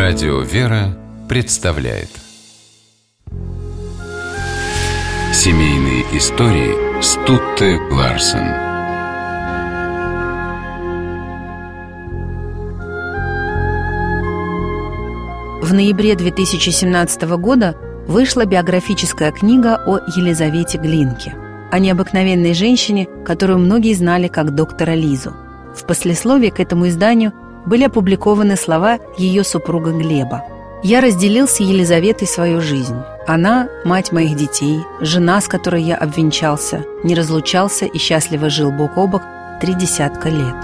Радио «Вера» представляет семейные истории Стутте Ларсен. В ноябре 2017 года вышла биографическая книга о Елизавете Глинке, о необыкновенной женщине, которую многие знали как доктора Лизу. В послесловии к этому изданию были опубликованы слова ее супруга Глеба. «Я разделил с Елизаветой свою жизнь. Она – мать моих детей, жена, с которой я обвенчался, не разлучался и счастливо жил бок о бок 30 лет».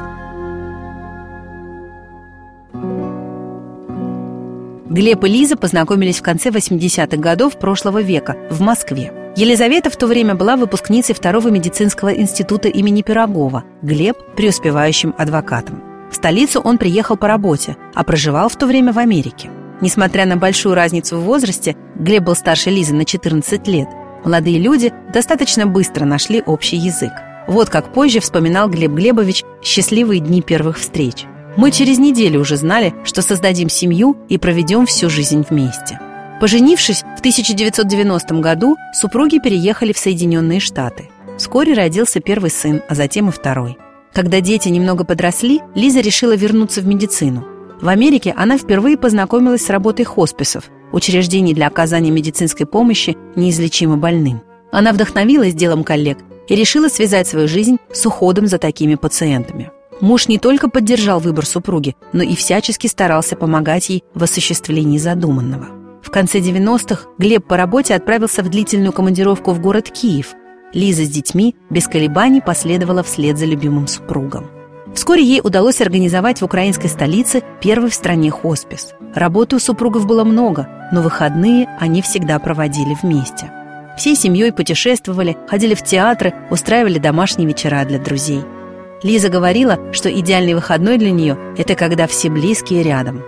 Глеб и Лиза познакомились в конце 80-х годов прошлого века в Москве. Елизавета в то время была выпускницей Второго медицинского института имени Пирогова, Глеб – преуспевающим адвокатом. В столицу он приехал по работе, а проживал в то время в Америке. Несмотря на большую разницу в возрасте, Глеб был старше Лизы на 14 лет. Молодые люди достаточно быстро нашли общий язык. Вот как позже вспоминал Глеб Глебович счастливые дни первых встреч. «Мы через неделю уже знали, что создадим семью и проведем всю жизнь вместе». Поженившись в 1990 году, супруги переехали в Соединенные Штаты. Вскоре родился первый сын, а затем и второй. Когда дети немного подросли, Лиза решила вернуться в медицину. В Америке она впервые познакомилась с работой хосписов, учреждений для оказания медицинской помощи неизлечимо больным. Она вдохновилась делом коллег и решила связать свою жизнь с уходом за такими пациентами. Муж не только поддержал выбор супруги, но и всячески старался помогать ей в осуществлении задуманного. В конце 90-х Глеб по работе отправился в длительную командировку в город Киев. Лиза с детьми без колебаний последовала вслед за любимым супругом. Вскоре ей удалось организовать в украинской столице первый в стране хоспис. Работы у супругов было много, но выходные они всегда проводили вместе. Всей семьей путешествовали, ходили в театры, устраивали домашние вечера для друзей. Лиза говорила, что идеальный выходной для нее – это когда все близкие рядом.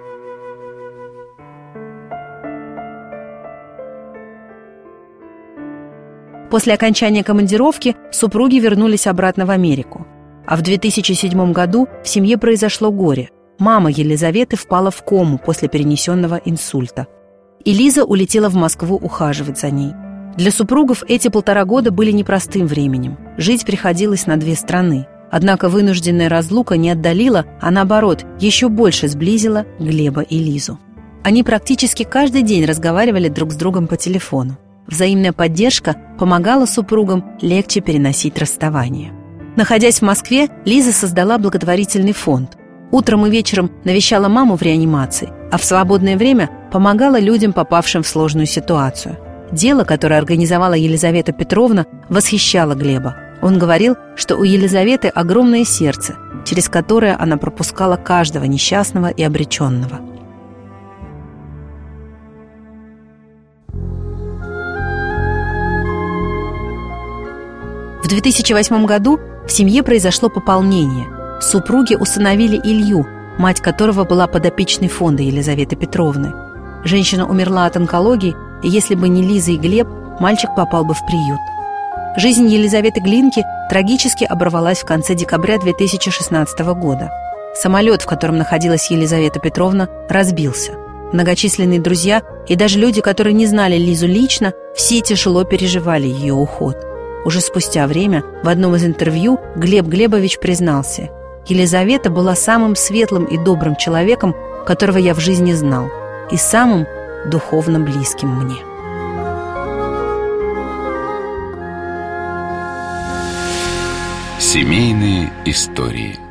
После окончания командировки супруги вернулись обратно в Америку. А в 2007 году в семье произошло горе. Мама Елизаветы впала в кому после перенесенного инсульта. И Лиза улетела в Москву ухаживать за ней. Для супругов эти 1,5 года были непростым временем. Жить приходилось на 2 страны. Однако вынужденная разлука не отдалила, а наоборот, еще больше сблизила Глеба и Лизу. Они практически каждый день разговаривали друг с другом по телефону. Взаимная поддержка помогала супругам легче переносить расставание. Находясь в Москве, Лиза создала благотворительный фонд. Утром и вечером навещала маму в реанимации, а в свободное время помогала людям, попавшим в сложную ситуацию. Дело, которое организовала Елизавета Петровна, восхищало Глеба. Он говорил, что у Елизаветы огромное сердце, через которое она пропускала каждого несчастного и обреченного. В 2008 году в семье произошло пополнение. Супруги усыновили Илью, мать которого была подопечной фонда Елизаветы Петровны. Женщина умерла от онкологии, и если бы не Лиза и Глеб, мальчик попал бы в приют. Жизнь Елизаветы Глинки трагически оборвалась в конце декабря 2016 года. Самолет, в котором находилась Елизавета Петровна, разбился. Многочисленные друзья и даже люди, которые не знали Лизу лично, все тяжело переживали ее уход. Уже спустя время в одном из интервью Глеб Глебович признался: «Елизавета была самым светлым и добрым человеком, которого я в жизни знал, и самым духовно близким мне». Семейные истории.